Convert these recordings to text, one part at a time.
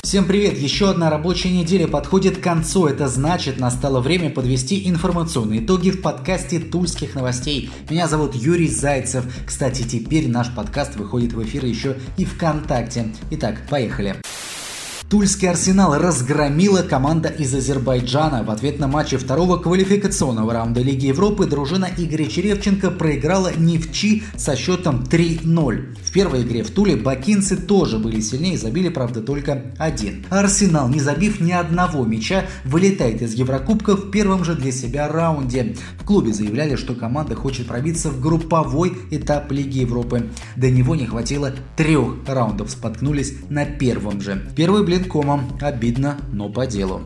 Всем привет! Еще одна рабочая неделя подходит к концу. Это значит, настало время подвести информационные итоги в подкасте Тульских новостей. Меня зовут Юрий Зайцев. Кстати, теперь наш подкаст выходит в эфир еще и ВКонтакте. Итак, поехали. Тульский Арсенал разгромила команда из Азербайджана. В ответном матче второго квалификационного раунда Лиги Европы дружина Игоря Черевченко проиграла Нефчи со счетом 3-0. В первой игре в Туле бакинцы тоже были сильнее, забили, правда, только один. Арсенал, не забив ни одного мяча, вылетает из Еврокубка в первом же для себя раунде. В клубе заявляли, что команда хочет пробиться в групповой этап Лиги Европы. До него не хватило 3 раундов, споткнулись на первом же. Первый блин комом. Обидно, но по делу.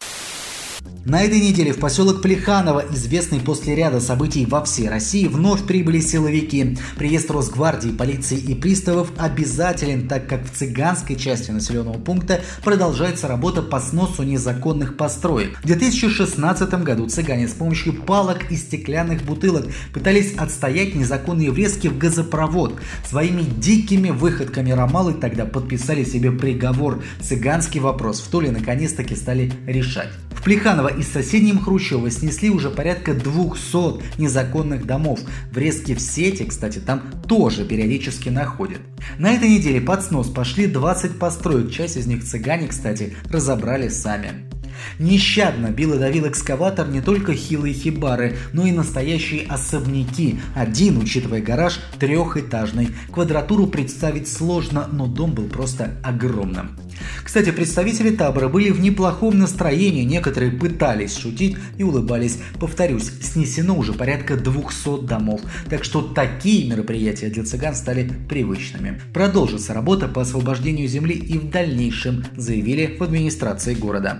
На этой неделе в поселок Плеханово, известный после ряда событий во всей России, вновь прибыли силовики. Приезд Росгвардии, полиции и приставов обязателен, так как в цыганской части населенного пункта продолжается работа по сносу незаконных построек. В 2016 году цыгане с помощью палок и стеклянных бутылок пытались отстоять незаконные врезки в газопровод. Своими дикими выходками ромалы тогда подписали себе приговор. Цыганский вопрос в Туле наконец-таки стали решать. В Плеханово из соседним Хрущева снесли уже порядка 200 незаконных домов. Врезки в сети, кстати, там тоже периодически находят. На этой неделе под снос пошли 20 построек, часть из них цыгане, кстати, разобрали сами. Нещадно бил и давил экскаватор не только хилые хибары, но и настоящие особняки. Один, учитывая гараж, трехэтажный. Квадратуру представить сложно, но дом был просто огромным. Кстати, представители табора были в неплохом настроении, некоторые пытались шутить и улыбались. Повторюсь, снесено уже порядка 200 домов, так что такие мероприятия для цыган стали привычными. Продолжится работа по освобождению земли и в дальнейшем, заявили в администрации города.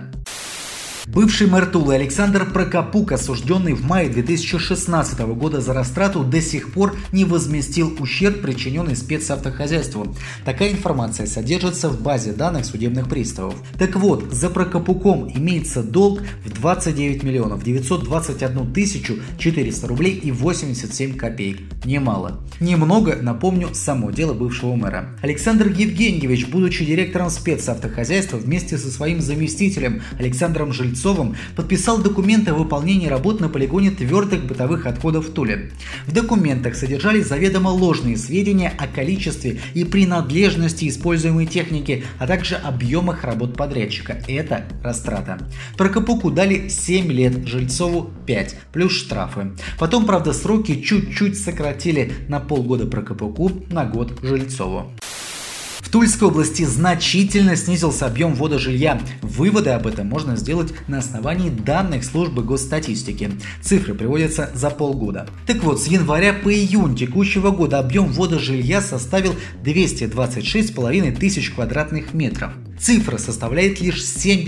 Бывший мэр Тулы Александр Прокопук, осужденный в мае 2016 года за растрату, до сих пор не возместил ущерб, причиненный спецавтохозяйству. Такая информация содержится в базе данных судебных приставов. Так вот, за Прокопуком имеется долг в 29 миллионов 921 тысячу 400 рублей и 87 копеек. Немало. Немного, напомню, само дело бывшего мэра. Александр Евгеньевич, будучи директором спецавтохозяйства, вместе со своим заместителем Александром Жильцовым подписал документы о выполнении работ на полигоне твердых бытовых отходов в Туле. В документах содержались заведомо ложные сведения о количестве и принадлежности используемой техники, а также объемах работ подрядчика. Это растрата. Прокопуку дали 7 лет, Жильцову 5, плюс штрафы. Потом, правда, сроки чуть-чуть сократили на полгода Прокопуку, на год Жильцову. В Тульской области значительно снизился объем ввода жилья. Выводы об этом можно сделать на основании данных службы госстатистики. Цифры приводятся за полгода. Так вот, с января по июнь текущего года объем ввода жилья составил 226,5 тысяч квадратных метров. Цифра составляет лишь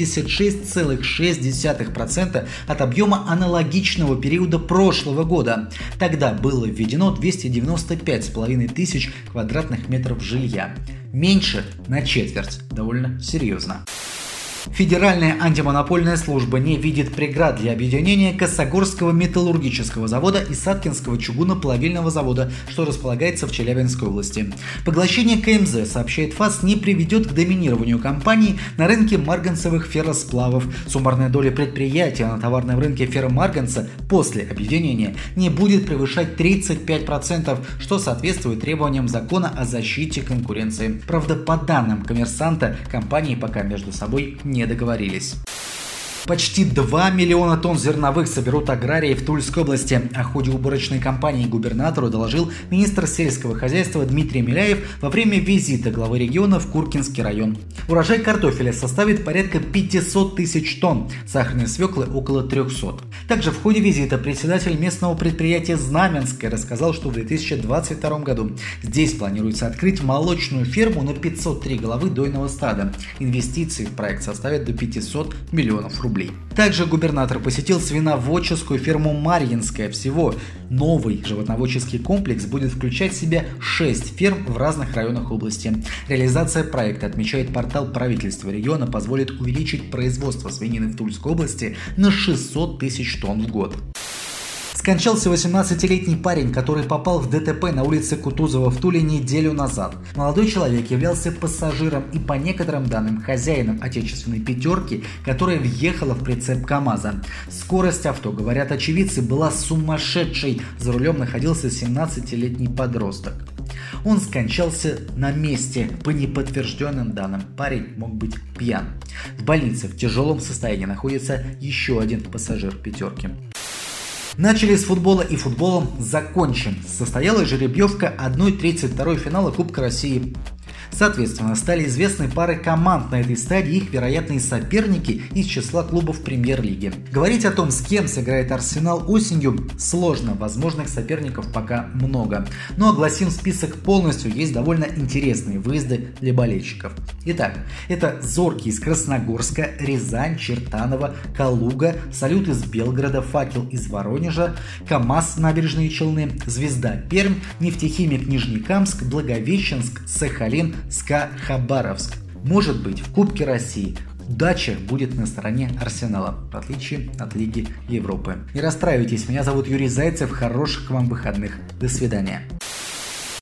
76,6% от объема аналогичного периода прошлого года. Тогда было введено 295,5 тысяч квадратных метров жилья. Меньше на четверть. Довольно серьезно. Федеральная антимонопольная служба не видит преград для объединения Косогорского металлургического завода и Саткинского чугунно-плавильного завода, что располагается в Челябинской области. Поглощение КМЗ, сообщает ФАС, не приведет к доминированию компаний на рынке марганцевых ферросплавов. Суммарная доля предприятия на товарном рынке ферромарганца после объединения не будет превышать 35%, что соответствует требованиям закона о защите конкуренции. Правда, по данным «Коммерсанта», компании пока между собой не договорились. Почти 2 миллиона тонн зерновых соберут аграрии в Тульской области. О ходе уборочной кампании губернатору доложил министр сельского хозяйства Дмитрий Миляев во время визита главы региона в Куркинский район. Урожай картофеля составит порядка 500 тысяч тонн, сахарной свеклы около 300. Также в ходе визита председатель местного предприятия Знаменское рассказал, что в 2022 году здесь планируется открыть молочную ферму на 503 головы дойного стада. Инвестиции в проект составят до 500 миллионов рублей. Также губернатор посетил свиноводческую ферму Марьинская. Всего новый животноводческий комплекс будет включать в себя 6 ферм в разных районах области. Реализация проекта, отмечает портал правительства региона, позволит увеличить производство свинины в Тульской области на 600 тысяч тонн в год. С Скончался 18-летний парень, который попал в ДТП на улице Кутузова в Туле неделю назад. Молодой человек являлся пассажиром и, по некоторым данным, хозяином отечественной пятерки, которая въехала в прицеп КамАЗа. Скорость авто, говорят очевидцы, была сумасшедшей. За рулем находился 17-летний подросток. Он скончался на месте. По неподтвержденным данным, парень мог быть пьян. В больнице в тяжелом состоянии находится еще один пассажир пятерки. Начали с футбола и футболом закончим. Состоялась жеребьевка 1/32 финала Кубка России. Соответственно, стали известны пары команд на этой стадии и их вероятные соперники из числа клубов премьер-лиги. Говорить о том, с кем сыграет Арсенал осенью, сложно, возможных соперников пока много. Но огласим список полностью, есть довольно интересные выезды для болельщиков. Итак, это Зоркий из Красногорска, Рязань, Чертаново, Калуга, Салют из Белгорода, Факел из Воронежа, КамАЗ Набережные Челны, Звезда Пермь, Нефтехимик Нижнекамск, Благовещенск, Сахалин, СКА Хабаровск. Может быть, в Кубке России удача будет на стороне Арсенала, в отличие от Лиги Европы. Не расстраивайтесь, меня зовут Юрий Зайцев, хороших вам выходных. До свидания.